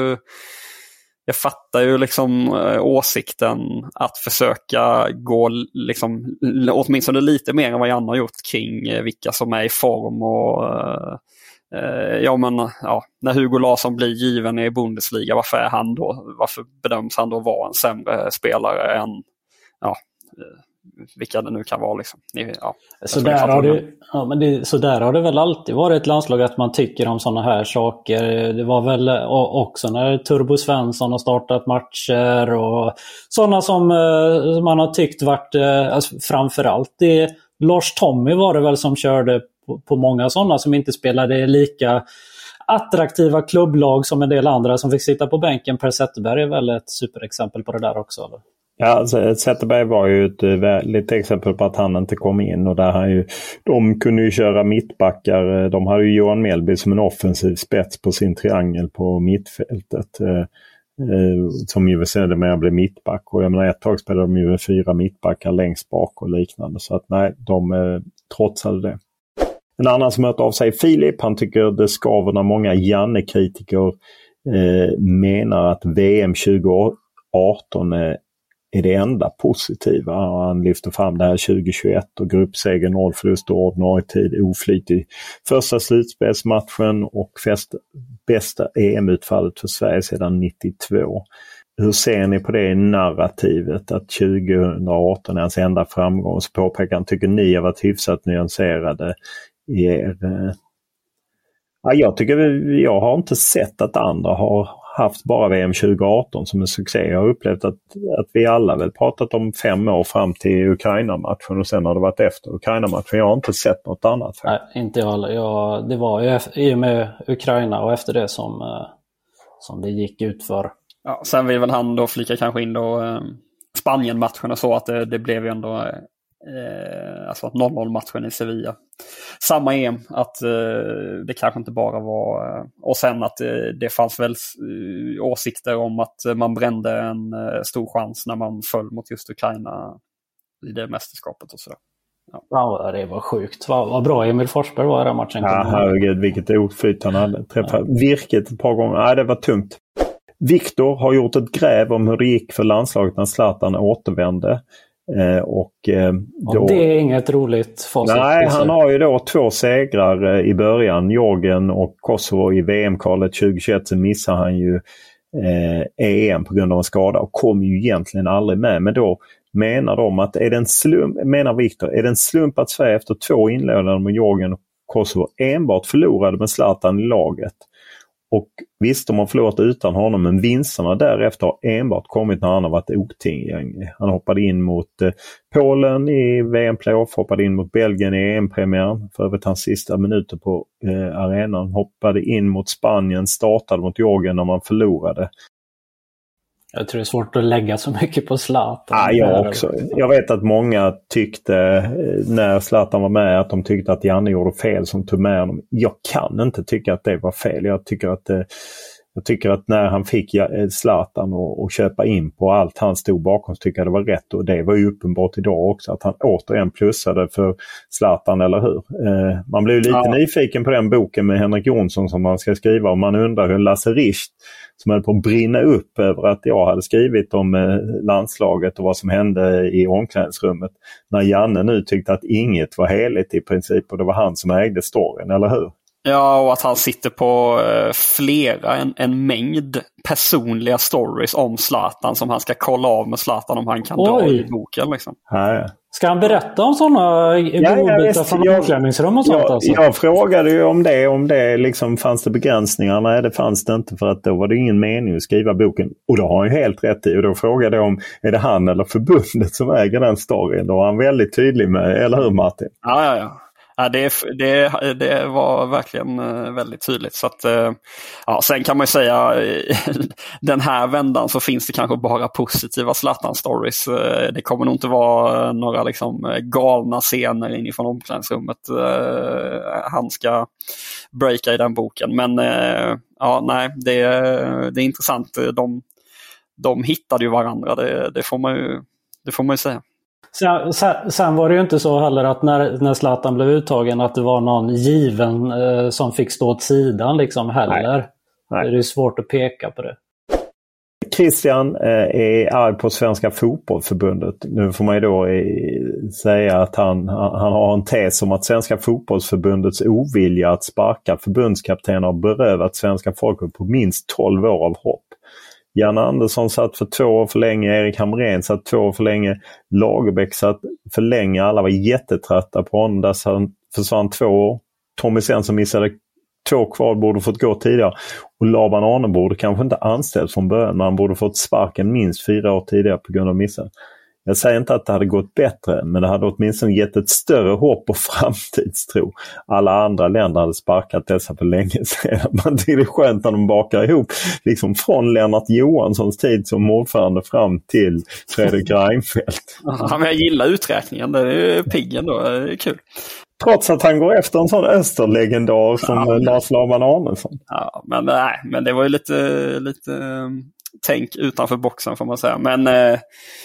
jag fattar ju liksom åsikten att försöka gå liksom åtminstone lite mer än vad Janne har gjort kring vilka som är i form och eh, ja men ja, när Hugo Larsson blir given i Bundesliga, varför är han då, varför bedöms han då vara en sämre spelare än ja, vilka det nu kan vara liksom. Ja, så, där har det, ja, men det, så där har det väl alltid varit ett landslag att man tycker om sådana här saker. Det var väl också när Turbo Svensson har startat matcher och sådana som man har tyckt varit, alltså framförallt det, Lars Tommy var det väl som körde på, på många sådana som inte spelade lika attraktiva klubblag som en del andra som fick sitta på bänken. Per Zetterberg är väl ett superexempel på det där också, eller? Ja, alltså, Zetterberg var ju ett lite exempel på att han inte kom in, och där han ju, de kunde ju köra mittbackar. De hade ju Johan Mellby som en offensiv spets på sin triangel på mittfältet. eh, som ju sedermera blev mittback. Och jag menar, ett tag spelade de ju med fyra mittbackar längst bak och liknande. Så att nej, de eh, trotsade det. En annan som hört av sig, Filip, han tycker det skaver när många Janne-kritiker eh, menar att V M tjugo arton är, är det enda positiva. Han lyfter fram det här tjugo tjugoett och gruppseger, noll förlust och ordinarie tid, oflytig första slutspelsmatchen och fest, bästa E M-utfallet för Sverige sedan nittiotvå. Hur ser ni på det narrativet att tjugo arton är hans enda framgång? Så påpekar han, tycker ni har varit hyfsat nyanserade i er... Ja, jag tycker vi, jag har inte sett att andra har haft bara V M tjugo arton som en succé. Jag har upplevt att, att vi alla väl pratat om fem år fram till Ukraina-matchen och sen har det varit efter Ukraina-matchen. Jag har inte sett något annat. Nej, inte jag heller. Jag, det var ju i och med Ukraina och efter det som, som det gick ut för. Ja, sen vill väl han då flika kanske in då eh, Spanien-matchen och så att det, det blev ju ändå eh, alltså noll noll-matchen i Sevilla. Samma E M, att eh, det kanske inte bara var eh, och sen att eh, det fanns väl eh, åsikter om att eh, man brände en eh, stor chans när man föll mot just Ukraina i det mästerskapet och sådär. Ja. Ja, det var sjukt. Vad, vad bra Emil Forsberg var i den matchen. Ja, herregud, vilket oflyt han hade. Träffat ja. Virket ett par gånger. Nej, det var tungt. Viktor har gjort ett gräv om hur det gick för landslaget när Zlatan återvände. Eh, och, eh, då... och det är inget roligt facit. Nej, han har ju då två segrar eh, i början. Georgien och Kosovo i V M-kvalet tjugo tjugoett, så missar han ju eh, E M på grund av en skada och kom ju egentligen aldrig med. Men då menar de att är det en slump, menar Viktor, är det en slump att Sverige efter två inledningar med Georgien och Kosovo enbart förlorade med Zlatan i laget? Och visst, de har förlorat utan honom, men vinsterna därefter har enbart kommit när han har varit otillgänglig. Han hoppade in mot eh, Polen i V M-playoff, hoppade in mot Belgien i E M-premiären, för övrigt hans sista minuter på eh, arenan. Hoppade in mot Spanien, startade mot Georgien när man förlorade. Jag tror det är svårt att lägga så mycket på Zlatan. Ja, jag också. Jag vet att många tyckte när Zlatan var med att de tyckte att Janne gjorde fel som tog med honom. Jag kan inte tycka att det var fel. Jag tycker att, jag tycker att när han fick Zlatan och, och köpa in på allt han stod bakom, så tycker jag det var rätt. Och det var ju uppenbart idag också att han återigen plussade för Zlatan, eller hur? Eh, man blev lite ja. nyfiken på den boken med Henrik Jonsson som man ska skriva, och man undrar hur Lasse Richt, som höll på att brinna upp över att jag hade skrivit om eh, landslaget och vad som hände i omklädningsrummet, när Janne nu tyckte att inget var heligt i princip och det var han som ägde storyn, eller hur? Ja, och att han sitter på eh, flera, en, en mängd personliga stories om Zlatan som han ska kolla av med Zlatan om han kan Oj. dra i boken. Liksom. Ja, ja. Ska han berätta om sådana ja, godbitar från omklädningsrum och sånt? Jag, alltså? jag frågade ju om det, om det liksom fanns det begränsningar. Nej, det fanns det inte, för att då var det ingen mening att skriva boken. Och då har han ju helt rätt i. Och då frågade jag om, är det han eller förbundet som äger den storyn? Då var han väldigt tydlig med, eller hur Martin? Ja, ja, ja. Ja, det, det, det var verkligen väldigt tydligt. Så att, ja, sen kan man ju säga den här vändan så finns det kanske bara positiva Zlatan-stories. Det kommer nog inte vara några liksom galna scener inifrån omklädningsrummet han ska breaka i den boken. Men ja, nej, det, det är intressant. De, de hittade ju varandra, det, det, får man ju, det får man ju säga. Sen, sen, sen var det ju inte så heller att när, när Zlatan blev uttagen att det var någon given eh, som fick stå åt sidan liksom heller. Nej. Nej. Det är svårt att peka på det. Christian eh, är arg på Svenska fotbollsförbundet. Nu får man ju då eh, säga att han, han har en tes om att Svenska fotbollsförbundets ovilja att sparka förbundskaptener har berövat svenska folket på minst tolv år av hopp. Janne Andersson satt för två år för länge, Erik Hamrén satt två år för länge, Lagerbäck satt för länge, alla var jättetrötta på honom, där han försvann två år. Tommy Svensson missade två kvar, borde fått gå tidigare, och Laban Arne borde kanske inte anställd från början, men han borde fått sparken minst fyra år tidigare på grund av missen. Jag säger inte att det hade gått bättre, men det hade åtminstone gett ett större hopp och framtidstro. Alla andra länder hade sparkat dessa för länge sedan. Man tycker det är skönt när de bakar ihop. Liksom från Lennart Johanssons tid som ordförande fram till Fredrik Reinfeldt. Ja, men jag gillar uträkningen. Det är piggen då. Det är kul. Trots att han går efter en sån österlegendar som ja, Lars Laban Arnesson. Ja, men nej, men det var ju lite... lite... tänk utanför boxen får man säga. Men eh,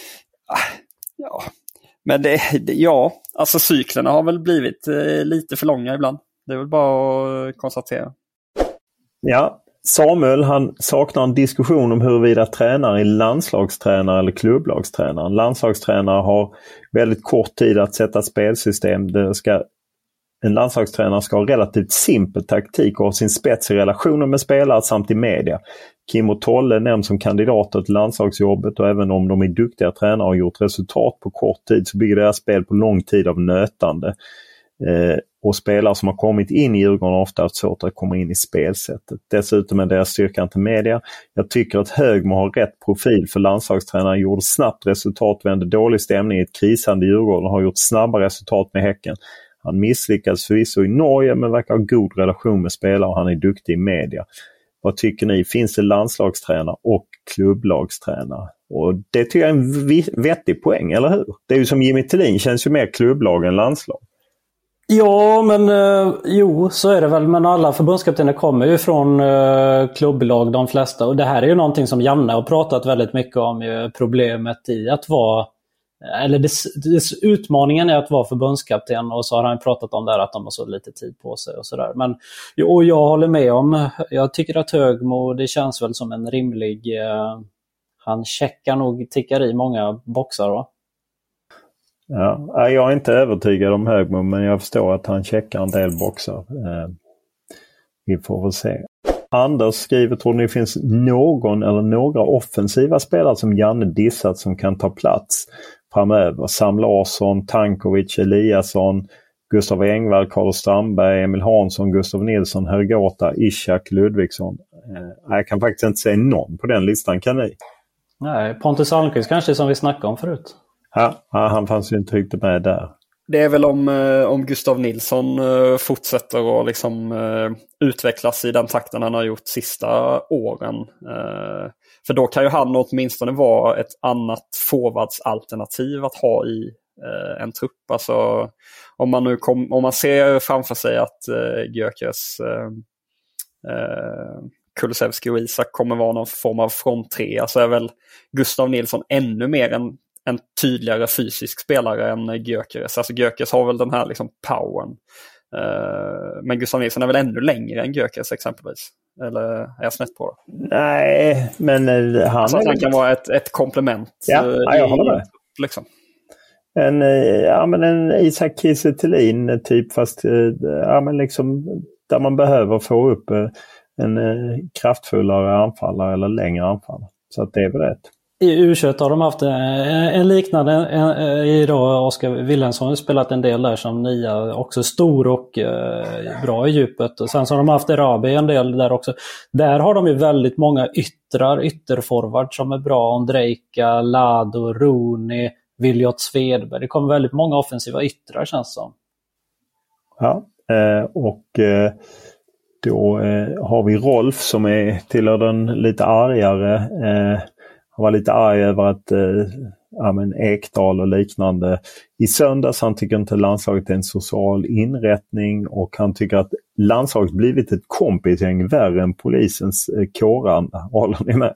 ja, men det, det, ja, alltså cyklerna har väl blivit eh, lite för långa ibland. Det är väl bara att konstatera. Ja, Samuel han saknar en diskussion om huruvida tränare är landslagstränare eller klubblagstränare. En landslagstränare har väldigt kort tid att sätta spelsystem. Det ska, en landslagstränare ska ha relativt simpel taktik och ha sin spets i relationer med spelare samt i media. Kim och Tolle nämns som kandidater till landslagsjobbet, och även om de är duktiga tränare och har gjort resultat på kort tid så bygger deras spel på lång tid av nötande. Eh, och spelare som har kommit in i Djurgården har ofta haft svårt att komma in i spelsättet. Dessutom är deras styrka inte media. Jag tycker att Högmo har rätt profil för landslagstränare, gjorde snabbt resultat, vände dålig stämning i ett krisande Djurgården och har gjort snabba resultat med Häcken. Han misslyckades förvisso i Norge men verkar ha god relation med spelare och han är duktig i media. Vad tycker ni? Finns det landslagstränare och klubblagstränare? Och det tycker jag är en vettig poäng, eller hur? Det är ju som Jimmy Tillin, känns ju mer klubblag än landslag. Ja, men eh, jo, så är det väl. Men alla förbundskaptener kommer ju från eh, klubblag, de flesta. Och det här är ju någonting som Janne har pratat väldigt mycket om. Ju, problemet i att vara, eller dess, dess utmaningen är att vara förbundskapten. Och så har han pratat om det här att de har så lite tid på sig och sådär. Men och jag håller med om, jag tycker att Högmo, det känns väl som en rimlig, eh, han checkar nog, tickar i många boxar, va? Ja, jag är inte övertygad om Högmo, men jag förstår att han checkar en del boxar. Eh, vi får väl se. Anders skriver, tror ni det finns någon eller några offensiva spelare som Janne dissat som kan ta plats framöver? Sam Larsson, Tankovic, Eliasson, Gustav Engvall, Carlos Strandberg, Emil Hansson, Gustav Nilsson, Hergota, Ishak, Ludvigsson. Eh, jag kan faktiskt inte säga någon på den listan, kan ni? Nej, Pontus Almqvist kanske som vi snackade om förut. Ja, han fanns ju inte riktigt med där. Det är väl om, om Gustav Nilsson fortsätter att liksom utvecklas i den takten han har gjort sista åren. För då kan ju han åtminstone vara ett annat forwardsalternativ att ha i en trupp. Alltså, om man nu kom, om man ser framför sig att Gyökeres, Kulusevski och Isak kommer vara någon form av front tre, så är väl Gustav Nilsson ännu mer en en tydligare fysisk spelare än Gyökeres. Alltså Gyökeres har väl den här liksom powern. Uh, men Gustav Nilsson är väl ännu längre än Gyökeres exempelvis. Eller är jag snett på det? Nej, men uh, han, alltså, han kan vara ett, ett komplement. Ja, uh, ja, jag håller med. Liksom. En, uh, ja, men en Isak Kiese Thelin typ, fast uh, ja, men liksom, där man behöver få upp uh, en uh, kraftfullare anfallare eller längre anfallare. Så att det är väl rätt. I U tjugoett har de haft en liknande en, en, idag. Oskar Wilhelmsson har spelat en del där som nia, också stor och eh, bra i djupet. Och sen så har de haft Erabi en del där också. Där har de ju väldigt många yttrar, ytterforward som är bra. Ondrejka, Lado, Rooney, Viljot Svedberg. Det kommer väldigt många offensiva yttrar, känns som. Ja, eh, och eh, då eh, har vi Rolf som är tillhör den lite argare. Eh, Han var lite arg över att eh, ja, men Ekdal och liknande i söndags. Han tycker inte landslaget är en social inrättning och han tycker att landslaget blivit ett kompisgäng värre än polisens eh, kåranda. Håller ni med?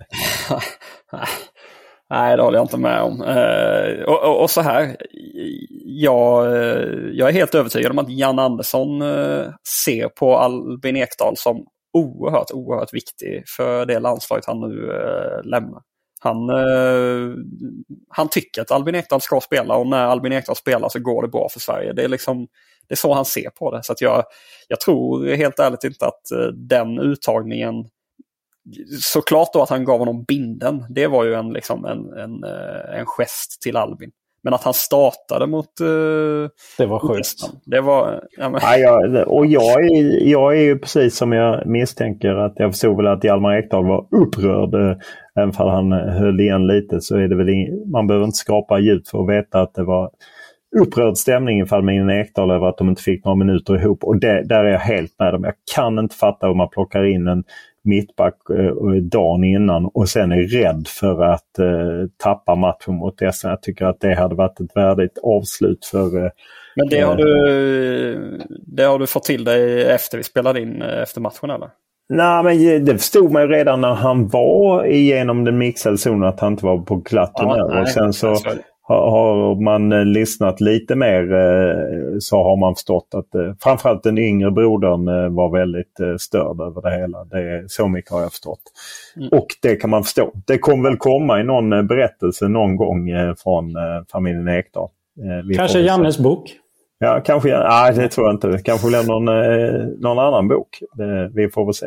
Nej, det håller jag inte med om. Eh, och, och, och så här, jag, jag är helt övertygad om att Jan Andersson eh, ser på Albin Ekdal som oerhört, oerhört viktig för det landslaget han nu eh, lämnar. Han, eh, han tycker att Albin Ekdal ska spela och när Albin Ekdal spelar så går det bra för Sverige. Det är, liksom, det är så han ser på det. Så att jag, jag tror helt ärligt inte att eh, den uttagningen, såklart då att han gav honom binden, det var ju en, liksom en, en, en gest till Albin. Men att han startade mot... Uh, det var sjukt. Det var... Ja, men... ja, jag, och jag är, jag är ju precis som jag misstänker att jag förstod väl att Hjalmar Ekdal var upprörd. Uh, även om han höll igen lite så är det väl... In, man behöver inte skapa ljud för att veta att det var upprörd stämning i Albin Ekdal över att de inte fick några minuter ihop. Och det, där är jag helt med dem. Jag kan inte fatta om man plockar in en mittback eh, dagen innan och sen är rädd för att eh, tappa matchen mot Essen. Jag tycker att det hade varit ett värdigt avslut för... Eh, Men det har, du, det har du fått till dig efter vi spelade in efter matchen, eller? Nej, men det förstod man ju redan när han var igenom den mixade zonen att han inte var på glatt humör. Ja, och sen så har, har man lyssnat lite mer så har man förstått att framförallt den yngre brodern var väldigt störd över det hela. Det, så mycket har jag förstått. Mm. Och det kan man förstå. Det kommer väl komma i någon berättelse någon gång från familjen Ekdal. Vi kanske Jannes bok? Ja, kanske. Nej, det tror jag inte. Kanske blir någon, någon annan bok. Vi får väl se.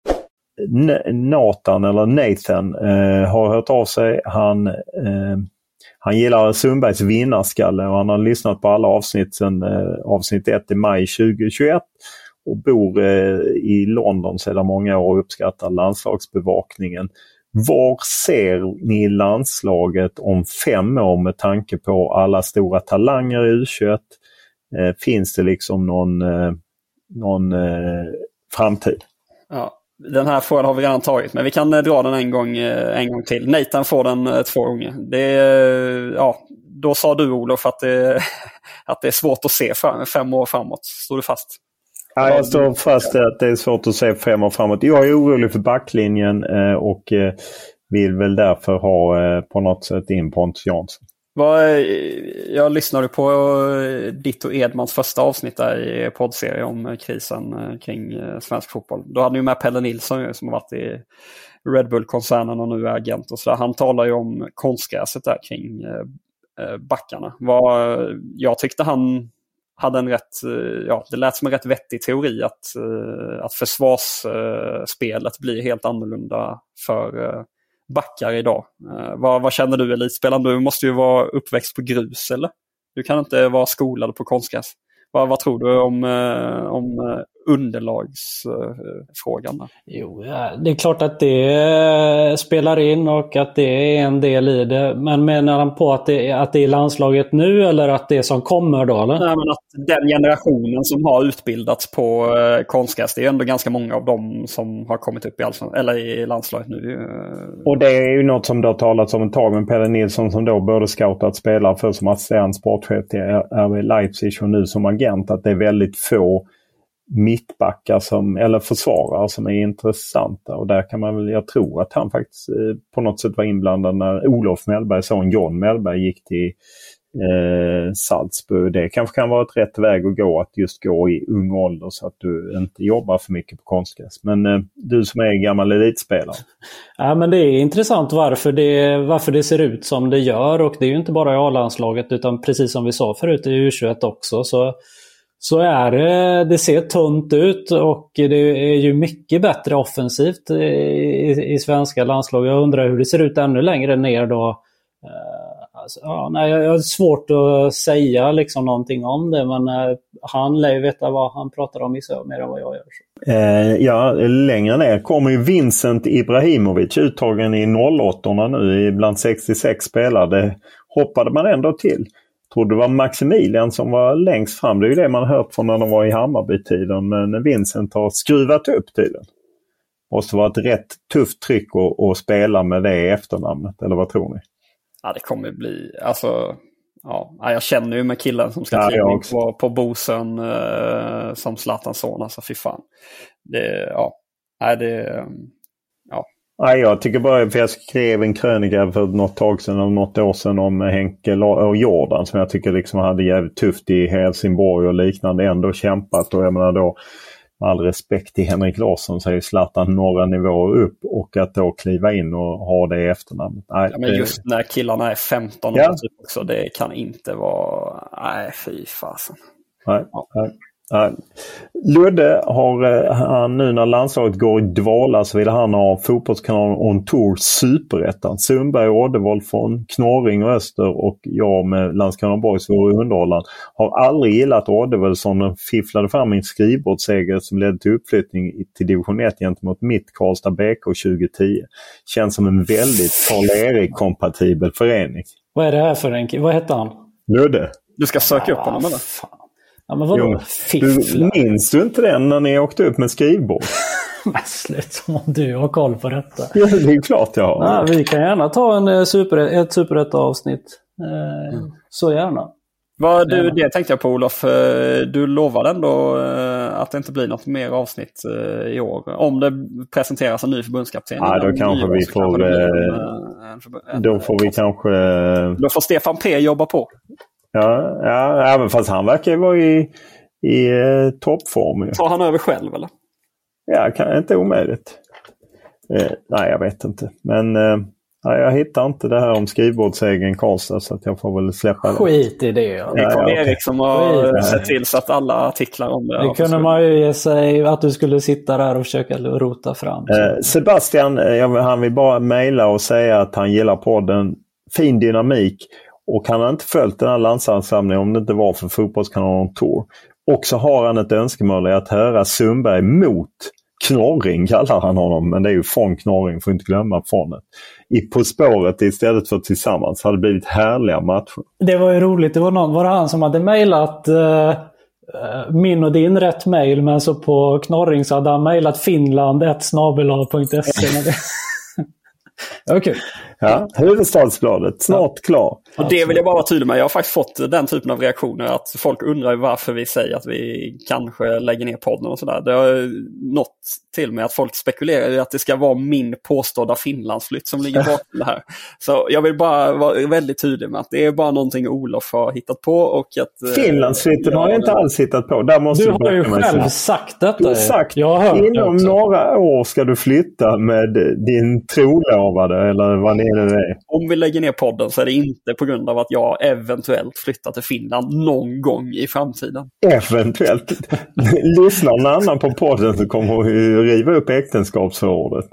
Nathan eller Nathan eh, har hört av sig. Han, eh, han gillar Sundbergs vinnarskalle och han har lyssnat på alla avsnitt sedan eh, avsnitt ett i maj tjugohundratjugoett och bor eh, i London sedan många år och uppskattar landslagsbevakningen. Var ser ni landslaget om fem år med tanke på alla stora talanger i U tjugoett? Eh, finns det liksom någon, eh, någon eh, framtid? Ja. Den här frågan har vi redan tagit, men vi kan dra den en gång, en gång till. Nathan får den två gånger. Det är, ja, då sa du, Olof, att det, att det är svårt att se fem, fem år framåt. Står du fast? Ja, jag står fast att det är svårt att se fem år framåt. Jag är orolig för backlinjen och vill väl därför ha på något sätt in Pontus Jansson. Jag lyssnade på ditt och Edmans första avsnitt där i poddserien om krisen kring svensk fotboll. Då hade ni ju med Pelle Nilsson som har varit i Red Bull-koncernen och nu är agent och sådär. Han talar ju om konstgräset där kring backarna. Jag tyckte han hade en rätt, ja, det lät som en rätt vettig teori att, att försvarsspelet blir helt annorlunda för backar idag. Uh, vad, vad känner du, elitspelaren? Du måste ju vara uppväxt på grus, eller? Du kan inte vara skolad på konstgräs. Vad, vad tror du om, uh, om uh, underlagsfrågan? Uh, jo, ja, det är klart att det spelar in och att det är en del i det. Men menar han på att det, att det är landslaget nu eller att det som kommer då? Eller? Nej, men att den generationen som har utbildats på uh, konstgräs, det är ändå ganska många av dem som har kommit upp i, allsvans- eller i landslaget nu. Uh. Och det är ju något som det har talats om ett tag med Pelle Nilsson som då både scoutat spelare för som assistent sportchef till R B Leipzig och nu som agent, att det är väldigt få mittbackar som, eller försvarare som är intressanta, och där kan man väl, jag tror att han faktiskt eh, på något sätt var inblandad när Olof Mellberg, son John Mellberg, gick till eh, Salzburg. Det kanske kan vara ett rätt väg att gå, att just gå i ung ålder så att du inte jobbar för mycket på konstgräs. Men eh, du som är gammal elitspelare. Ja, men det är intressant varför det, varför det ser ut som det gör, och det är ju inte bara i A-landslaget utan precis som vi sa förut i U tjugoett också, så Så är det, det ser tunt ut och det är ju mycket bättre offensivt i, i, i svenska landslag. Jag undrar hur det ser ut ännu längre ner då. Alltså, ja, nej, jag har svårt att säga liksom någonting om det, men han lär ju veta vad han pratar om i så mer än vad jag gör. Eh, ja, längre ner kommer ju Vincent Ibrahimovic, uttagen i noll åtta nu bland sextiosex spelare. Det hoppade man ändå till. Jag tror det var Maximilian som var längst fram. Det är ju det man hört från när de var i Hammarby-tiden. Men Vincent har skruvat upp tiden. Måste vara ett rätt tufft tryck att, att spela med det i efternamnet. Eller vad tror ni? Ja, det kommer bli... Alltså, ja, jag känner ju med killen som ska ja, kliva på, på Bosön eh, som Zlatans son. Alltså, fy fan. Det, ja, nej, det... Ja. Nej, jag tycker bara, för jag skrev en krönika för något tag sedan och något år sedan om Henke och Jordan som jag tycker liksom hade jävligt tufft i Helsingborg och liknande, ändå kämpat. Och jag menar då, med all respekt till Henrik Larsson, så är Zlatan några nivåer upp, och att då kliva in och ha det i efternamnet. Nej, ja, men just när killarna är femton år ja. Typ också, det kan inte vara... Nej, fy fasen. Nej, ja. nej. Uh, Ludde har uh, han nu när landslaget går i dvala, så vill han ha fotbollskanalen On Tour Superettan. Sundberg och Oddevold från Knorring och Öster och jag med Landskrona Borgs vår underhållaren har aldrig gillat Oddevold som fifflade fram en skrivbordsseger som ledde till uppflyttning till division ett gentemot mitt Karlstad B K tjugohundratio. Känns som en väldigt Karl-Erik-kompatibel förening. Vad är det här för en? Vad heter han? Ludde. Du ska söka upp honom eller? Ja, men vadå? Du, minns du inte den när ni åkte upp med skrivbord? Men slut, som om du har koll på detta. Ja, det är klart jag har. Ja, vi kan gärna ta en super, ett superrätta-avsnitt. Eh, mm. Så gärna. Vad du, det tänkte jag på, Olof. Du lovade ändå att det inte blir något mer avsnitt uh, i år. Om det presenteras en ny förbundskapten. Ja, då kanske vi får... Kanske en, en, en, då får vi kanske... Då får Stefan P jobba på. Ja, ja, även fast han verkar vara i, i eh, toppform. Tar han över själv, eller? Ja, kan, inte omöjligt. Eh, nej, jag vet inte. Men... Eh, Ja, jag hittar inte det här om skrivbordsägen Karlstad så att jag får väl släppa det. Skit i det. Ja. Det är Karl-Erik som har sett till så att alla artiklar om det. Det kunde man ju ge sig att du skulle sitta där och försöka rota fram. Eh, Sebastian, jag, han vill bara mejla och säga att han gillar podden. Fin dynamik. Och han har inte följt den här landslagssamlingen om det inte var för Fotbollskanalen Tour. Och så har han ett önskemål att höra Sundberg mot Knorring kallar han honom, men det är ju från Knorring, får inte glömma från i På spåret istället för tillsammans hade blivit härliga matcher. Det var ju roligt, det var någon, var det han som hade mejlat uh, min och din rätt mejl, men så på Knorring så hade han mejlat finland ett snabel a punkt se. Okej. Okay. Ja, Huvudstadsbladet, snart ja. Klar. Och det vill jag bara vara tydlig med. Jag har faktiskt fått den typen av reaktioner att folk undrar varför vi säger att vi kanske lägger ner podden och sådär. Det har nått till mig att folk spekulerar i att det ska vara min påstådda Finlandsflytt som ligger bakom det här. Så jag vill bara vara väldigt tydlig med att det är bara någonting Olof har hittat på. Och att, Finlandsflytten har jag inte alls hittat på. Där måste du du har ju själv så. sagt detta. Du har sagt jag har hört inom några år ska du flytta med din trolovade eller vad det är. Om vi lägger ner podden så är det inte på grund av att jag eventuellt flyttar till Finland någon gång i framtiden. Eventuellt. Lyssnar någon annan på podden så kommer vi riva upp äktenskapsförordet.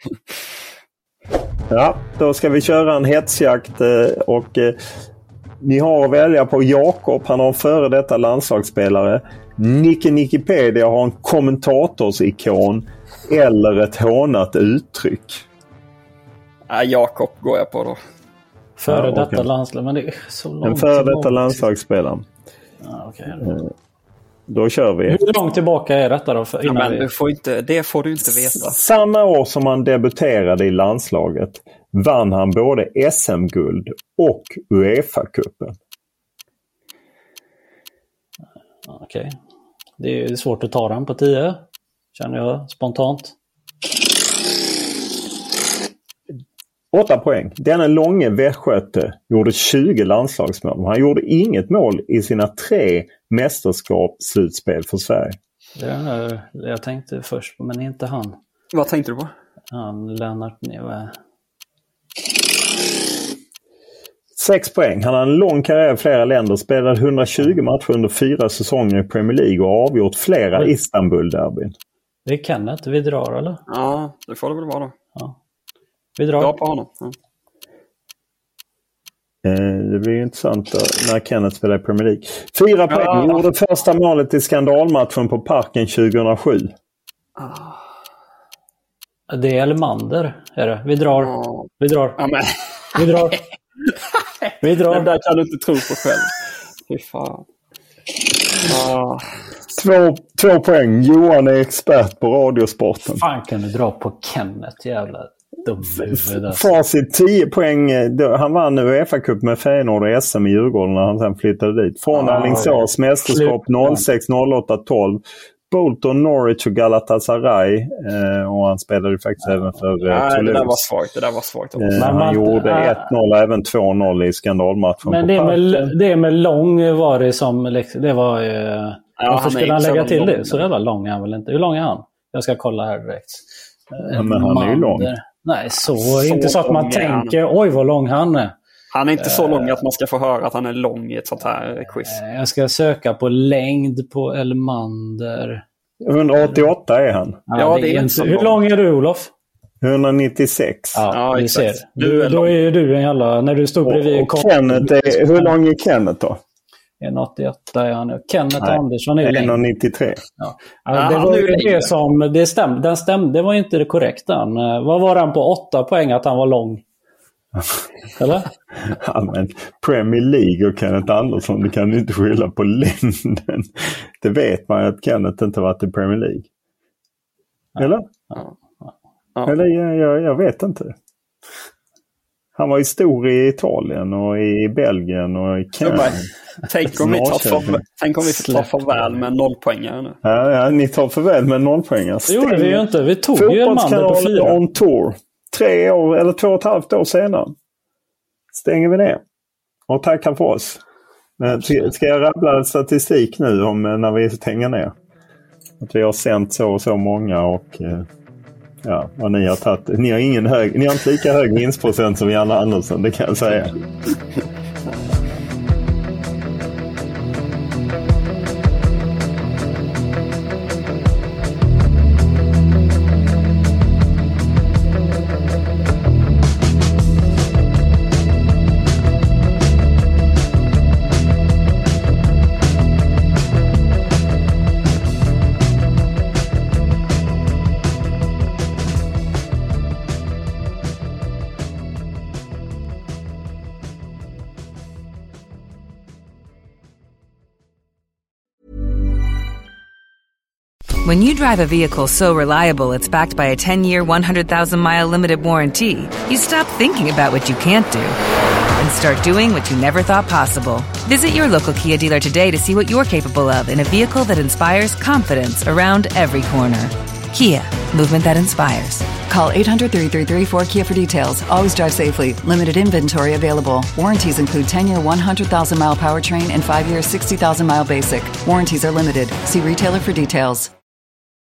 Ja, då ska vi köra en hetsjakt och eh, ni har att välja på Jakob, han har en före detta landslagsspelare. Nicke Nickepedia har en kommentatorsikon eller ett hånat uttryck. Ja, Jakob går jag på då. Före ja, detta okay. landslag, men det är så långt. En före detta landslagsspelare. Ja, okay. Då kör vi. Hur långt tillbaka är detta då? För ja, men vi... du får inte, det får du inte veta. Samma år som han debuterade i landslaget vann han både S M-guld och UEFA-cupen. Okej. Okay. Det är svårt att ta den på tio, känner jag spontant. Åtta poäng. Denna långe västgöte gjorde tjugo landslagsmål. Han gjorde inget mål i sina tre mästerskapsslutspel för Sverige. Det jag tänkte först på, men inte han. Vad tänkte du på? Han, Lennart Neve. Sex poäng. Han har en lång karriär i flera länder. Spelade hundratjugo matcher under fyra säsonger i Premier League och avgjort flera mm. Istanbul-derbyn. Det är Kenneth vi drar, eller? Ja, det får det väl vara då. Ja. Vi drar. Dra på honom. Ja. Eh, det blir intressant då, när Kenneth spelar i Premier League. Fyra poäng. Ja. Gjorde första målet i skandalmatchen på Parken tjugohundrasju. Ah. Det är Elmander, är det. Vi drar. Ah. Vi drar. Ja, men. Vi drar. Vi drar. Den där kan du inte tro på själv. Fy fan. Ah. Två, två poäng. Johan är expert på radiosporten. Fan kan du dra på Kenneth, jävla dumhuvud. Facit tio poäng. Han vann nu UEFA-cup med Feyenoord och S M i Djurgården när han sen flyttade dit. Från ah, Alingsås mästerskap noll sex noll åtta tolv. Bolton, Norwich och Galatasaray. Eh, och han spelade ju faktiskt ah, även för eh, Nej, det där var svagt. Det där var svagt. Eh, han man, gjorde äh, ett noll och även två noll i skandalmatchen. Men det med, det med lång var det som... Det var ju... Ja, varför skulle han lägga till lång, det? Så jävla lång är han väl inte. Hur lång är han? Jag ska kolla här direkt. Ja, men han är ju lång. Nej, så, så inte så att man tänker, oj vad lång han är. Han är inte så lång att man ska få höra att han är lång i ett sånt här quiz. Jag ska söka på längd på Elmander. hundraåttioåtta är han. Ja, ja det, det är inte. Hur lång är du, Olof? hundranittiosex. Ja, ja du ser. Du, är då är ju du en jävla... När du stod bredvid... Och, och Kenneth är, hur lång är Kenneth då? en komma åttioåtta är han nu. Kenneth Nej, Andersson är ju en komma nittiotre. Ja. Ja, det var ju det som... Det stämde, den stämde. Det var inte det korrekta. Vad var han på åtta poäng att han var lång? Eller? Ja, men Premier League och Kenneth Andersson, du kan inte skylla på längden. Det vet man ju att Kenneth inte varit i Premier League. Eller? Ja. Ja. Eller jag, jag, jag vet inte. Han var ju stor i Italien och i Belgien och i Kanada. Tänk om vi tar för, tänk om vi tar farväl med nollpoängare nu. Ja, ja, ni tar farväl med nollpoängare. Det gjorde vi ju inte. Vi tog ju en man på fyra. On tour. Tre år eller två och ett halvt år senare stänger vi det. Och tackar för oss. Men ska jag rabbla statistik nu om när vi stänger ner? Att vi har sänt så och så många och ja, och ni har tagit, ni har ingen hög, ni har inte lika hög vinstprocent som Janne Andersson, det kan jag säga. When you drive a vehicle so reliable it's backed by a ten-year, one hundred thousand mile limited warranty, you stop thinking about what you can't do and start doing what you never thought possible. Visit your local Kia dealer today to see what you're capable of in a vehicle that inspires confidence around every corner. Kia, movement that inspires. Call eight hundred, three three three, four K I A for details. Always drive safely. Limited inventory available. Warranties include ten-year, one hundred thousand mile powertrain and five-year, sixty thousand mile basic. Warranties are limited. See retailer for details.